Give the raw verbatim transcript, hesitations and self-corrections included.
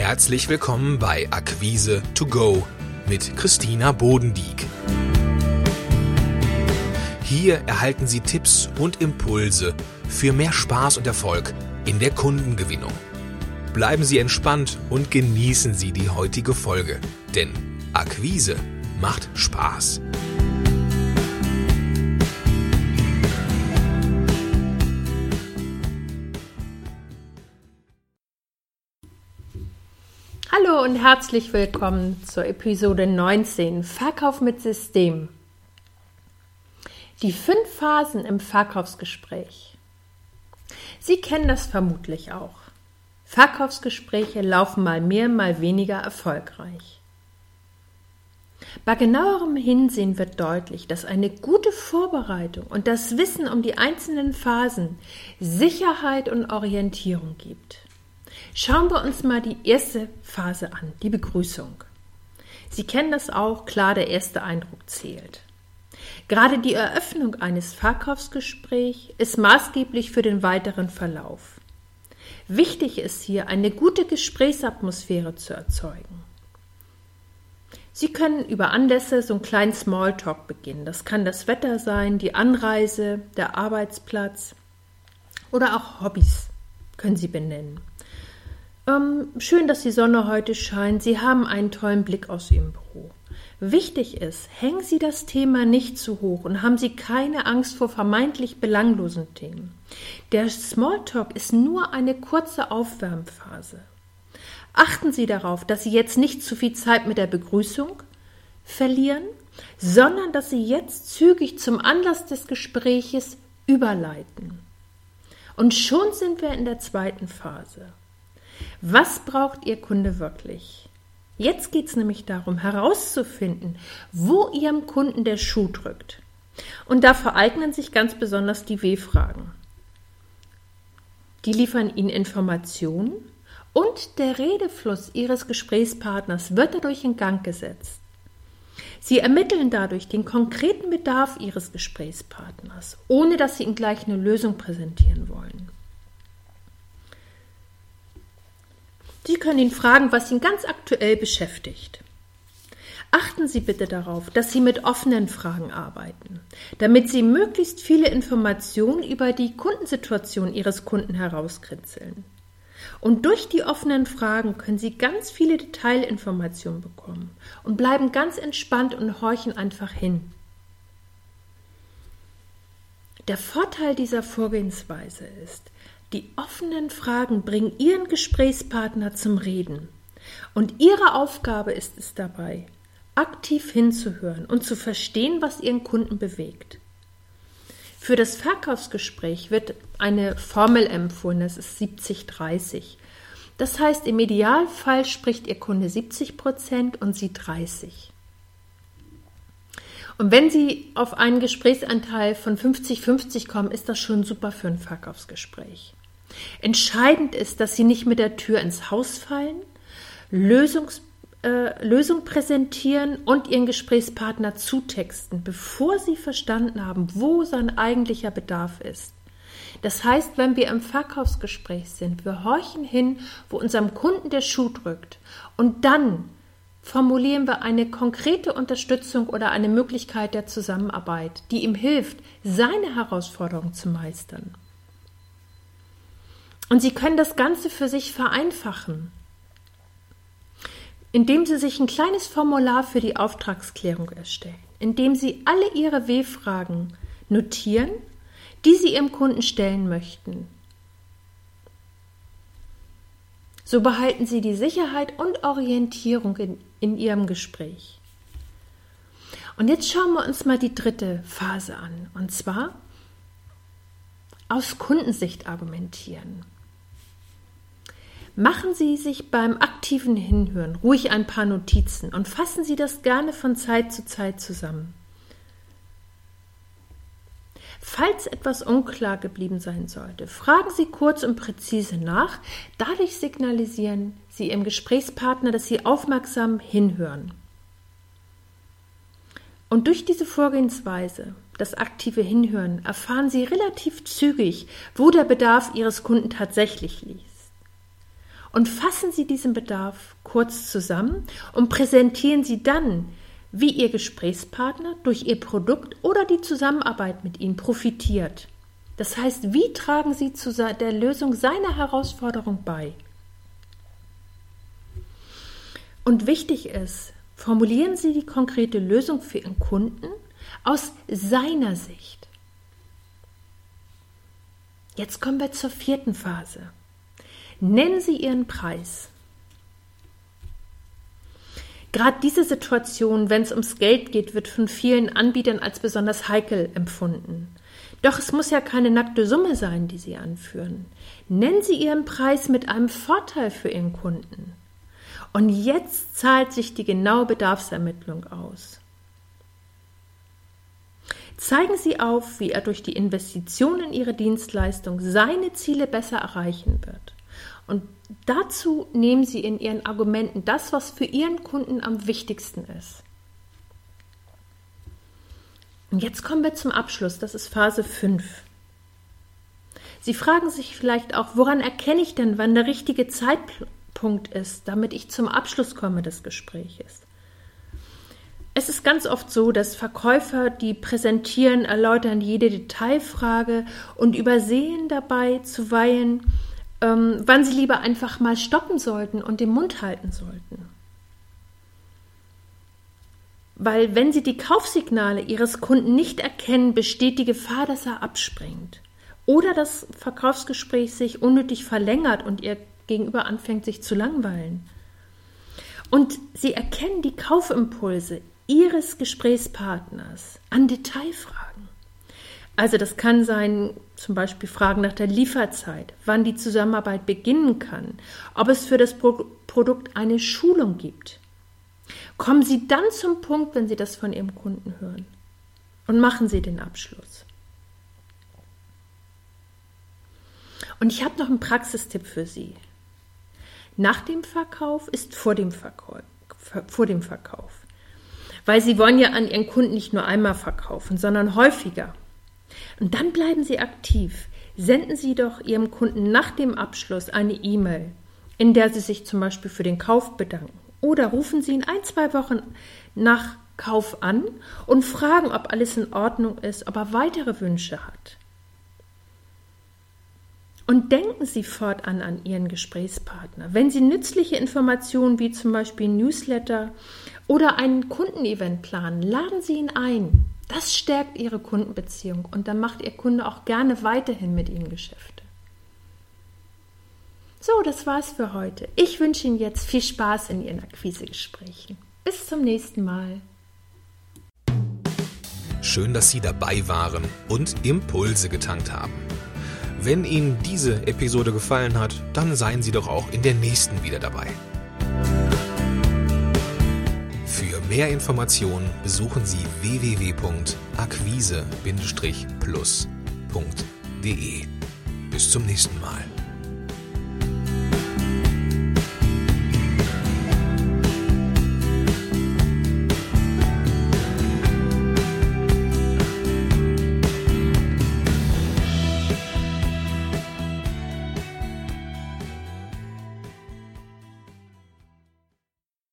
Herzlich willkommen bei Akquise to go mit Christina Bodendieck. Hier erhalten Sie Tipps und Impulse für mehr Spaß und Erfolg in der Kundengewinnung. Bleiben Sie entspannt und genießen Sie die heutige Folge, denn Akquise macht Spaß. Hallo und herzlich willkommen zur Episode neunzehn, Verkauf mit System. Die fünf Phasen im Verkaufsgespräch. Sie kennen das vermutlich auch. Verkaufsgespräche laufen mal mehr, mal weniger erfolgreich. Bei genauerem Hinsehen wird deutlich, dass eine gute Vorbereitung und das Wissen um die einzelnen Phasen Sicherheit und Orientierung gibt. Schauen wir uns mal die erste Phase an, die Begrüßung. Sie kennen das auch, klar, der erste Eindruck zählt. Gerade die Eröffnung eines Verkaufsgesprächs ist maßgeblich für den weiteren Verlauf. Wichtig ist hier, eine gute Gesprächsatmosphäre zu erzeugen. Sie können über Anlässe so einen kleinen Smalltalk beginnen. Das kann das Wetter sein, die Anreise, der Arbeitsplatz oder auch Hobbys können Sie benennen. Ähm, schön, dass die Sonne heute scheint. Sie haben einen tollen Blick aus Ihrem Büro. Wichtig ist, hängen Sie das Thema nicht zu hoch und haben Sie keine Angst vor vermeintlich belanglosen Themen. Der Smalltalk ist nur eine kurze Aufwärmphase. Achten Sie darauf, dass Sie jetzt nicht zu viel Zeit mit der Begrüßung verlieren, sondern dass Sie jetzt zügig zum Anlass des Gespräches überleiten. Und schon sind wir in der zweiten Phase. Was braucht Ihr Kunde wirklich? Jetzt geht es nämlich darum, herauszufinden, wo Ihrem Kunden der Schuh drückt. Und dafür eignen sich ganz besonders die W-Fragen. Die liefern Ihnen Informationen und der Redefluss Ihres Gesprächspartners wird dadurch in Gang gesetzt. Sie ermitteln dadurch den konkreten Bedarf Ihres Gesprächspartners, ohne dass Sie ihm gleich eine Lösung präsentieren wollen. Sie können ihn fragen, was ihn ganz aktuell beschäftigt. Achten Sie bitte darauf, dass Sie mit offenen Fragen arbeiten, damit Sie möglichst viele Informationen über die Kundensituation Ihres Kunden herauskritzeln. Und durch die offenen Fragen können Sie ganz viele Detailinformationen bekommen und bleiben ganz entspannt und horchen einfach hin. Der Vorteil dieser Vorgehensweise ist, die offenen Fragen bringen Ihren Gesprächspartner zum Reden. Und Ihre Aufgabe ist es dabei, aktiv hinzuhören und zu verstehen, was Ihren Kunden bewegt. Für das Verkaufsgespräch wird eine Formel empfohlen, das ist siebzig dreißig. Das heißt, im Idealfall spricht Ihr Kunde siebzig Prozent und Sie dreißig. Und wenn Sie auf einen Gesprächsanteil von fünfzig fünfzig kommen, ist das schon super für ein Verkaufsgespräch. Entscheidend ist, dass Sie nicht mit der Tür ins Haus fallen, Lösungs, äh, Lösung präsentieren und Ihren Gesprächspartner zutexten, bevor Sie verstanden haben, wo sein eigentlicher Bedarf ist. Das heißt, wenn wir im Verkaufsgespräch sind, wir horchen hin, wo unserem Kunden der Schuh drückt und dann formulieren wir eine konkrete Unterstützung oder eine Möglichkeit der Zusammenarbeit, die ihm hilft, seine Herausforderung zu meistern. Und Sie können das Ganze für sich vereinfachen, indem Sie sich ein kleines Formular für die Auftragsklärung erstellen, indem Sie alle Ihre W-Fragen notieren, die Sie Ihrem Kunden stellen möchten. So behalten Sie die Sicherheit und Orientierung in, in Ihrem Gespräch. Und jetzt schauen wir uns mal die dritte Phase an, und zwar aus Kundensicht argumentieren. Machen Sie sich beim aktiven Hinhören ruhig ein paar Notizen und fassen Sie das gerne von Zeit zu Zeit zusammen. Falls etwas unklar geblieben sein sollte, fragen Sie kurz und präzise nach. Dadurch signalisieren Sie Ihrem Gesprächspartner, dass Sie aufmerksam hinhören. Und durch diese Vorgehensweise, das aktive Hinhören, erfahren Sie relativ zügig, wo der Bedarf Ihres Kunden tatsächlich liegt. und fassen Sie diesen Bedarf kurz zusammen und präsentieren Sie dann, wie Ihr Gesprächspartner durch Ihr Produkt oder die Zusammenarbeit mit Ihnen profitiert. Das heißt, wie tragen Sie zu der Lösung seiner Herausforderung bei? Und wichtig ist, formulieren Sie die konkrete Lösung für Ihren Kunden aus seiner Sicht. Jetzt kommen wir zur vierten Phase. Nennen Sie Ihren Preis. Gerade diese Situation, wenn es ums Geld geht, wird von vielen Anbietern als besonders heikel empfunden. Doch es muss ja keine nackte Summe sein, die Sie anführen. Nennen Sie Ihren Preis mit einem Vorteil für Ihren Kunden. Und jetzt zahlt sich die genaue Bedarfsermittlung aus. Zeigen Sie auf, wie er durch die Investition in Ihre Dienstleistung seine Ziele besser erreichen wird. Und dazu nehmen Sie in Ihren Argumenten das, was für Ihren Kunden am wichtigsten ist. Und jetzt kommen wir zum Abschluss, das ist Phase fünf. Sie fragen sich vielleicht auch, woran erkenne ich denn, wann der richtige Zeitpunkt ist, damit ich zum Abschluss komme des Gespräches? Es ist ganz oft so, dass Verkäufer, die präsentieren, erläutern jede Detailfrage und übersehen dabei zuweilen, ähm, wann sie lieber einfach mal stoppen sollten und den Mund halten sollten. Weil wenn sie die Kaufsignale ihres Kunden nicht erkennen, besteht die Gefahr, dass er abspringt. Oder das Verkaufsgespräch sich unnötig verlängert und ihr Gegenüber anfängt, sich zu langweilen. Und sie erkennen die Kaufimpulse ihres Gesprächspartners an Detailfragen. Also das kann sein, zum Beispiel Fragen nach der Lieferzeit, wann die Zusammenarbeit beginnen kann, ob es für das Pro- Produkt eine Schulung gibt. Kommen Sie dann zum Punkt, wenn Sie das von Ihrem Kunden hören, und machen Sie den Abschluss. Und ich habe noch einen Praxistipp für Sie. Nach dem Verkauf ist vor dem Verkauf. Vor dem Verkauf. Weil Sie wollen ja an Ihren Kunden nicht nur einmal verkaufen, sondern häufiger. Und dann bleiben Sie aktiv. Senden Sie doch Ihrem Kunden nach dem Abschluss eine E-Mail, in der Sie sich zum Beispiel für den Kauf bedanken. Oder rufen Sie ihn ein, zwei Wochen nach Kauf an und fragen, ob alles in Ordnung ist, ob er weitere Wünsche hat. Und denken Sie fortan an Ihren Gesprächspartner. Wenn Sie nützliche Informationen wie zum Beispiel Newsletter oder ein Kundenevent planen, laden Sie ihn ein. Das stärkt Ihre Kundenbeziehung und dann macht Ihr Kunde auch gerne weiterhin mit Ihnen Geschäfte. So, das war's für heute. Ich wünsche Ihnen jetzt viel Spaß in Ihren Akquisegesprächen. Bis zum nächsten Mal. Schön, dass Sie dabei waren und Impulse getankt haben. Wenn Ihnen diese Episode gefallen hat, dann seien Sie doch auch in der nächsten wieder dabei. Für mehr Informationen besuchen Sie w w w punkt akquise Bindestrich plus punkt de. Bis zum nächsten Mal.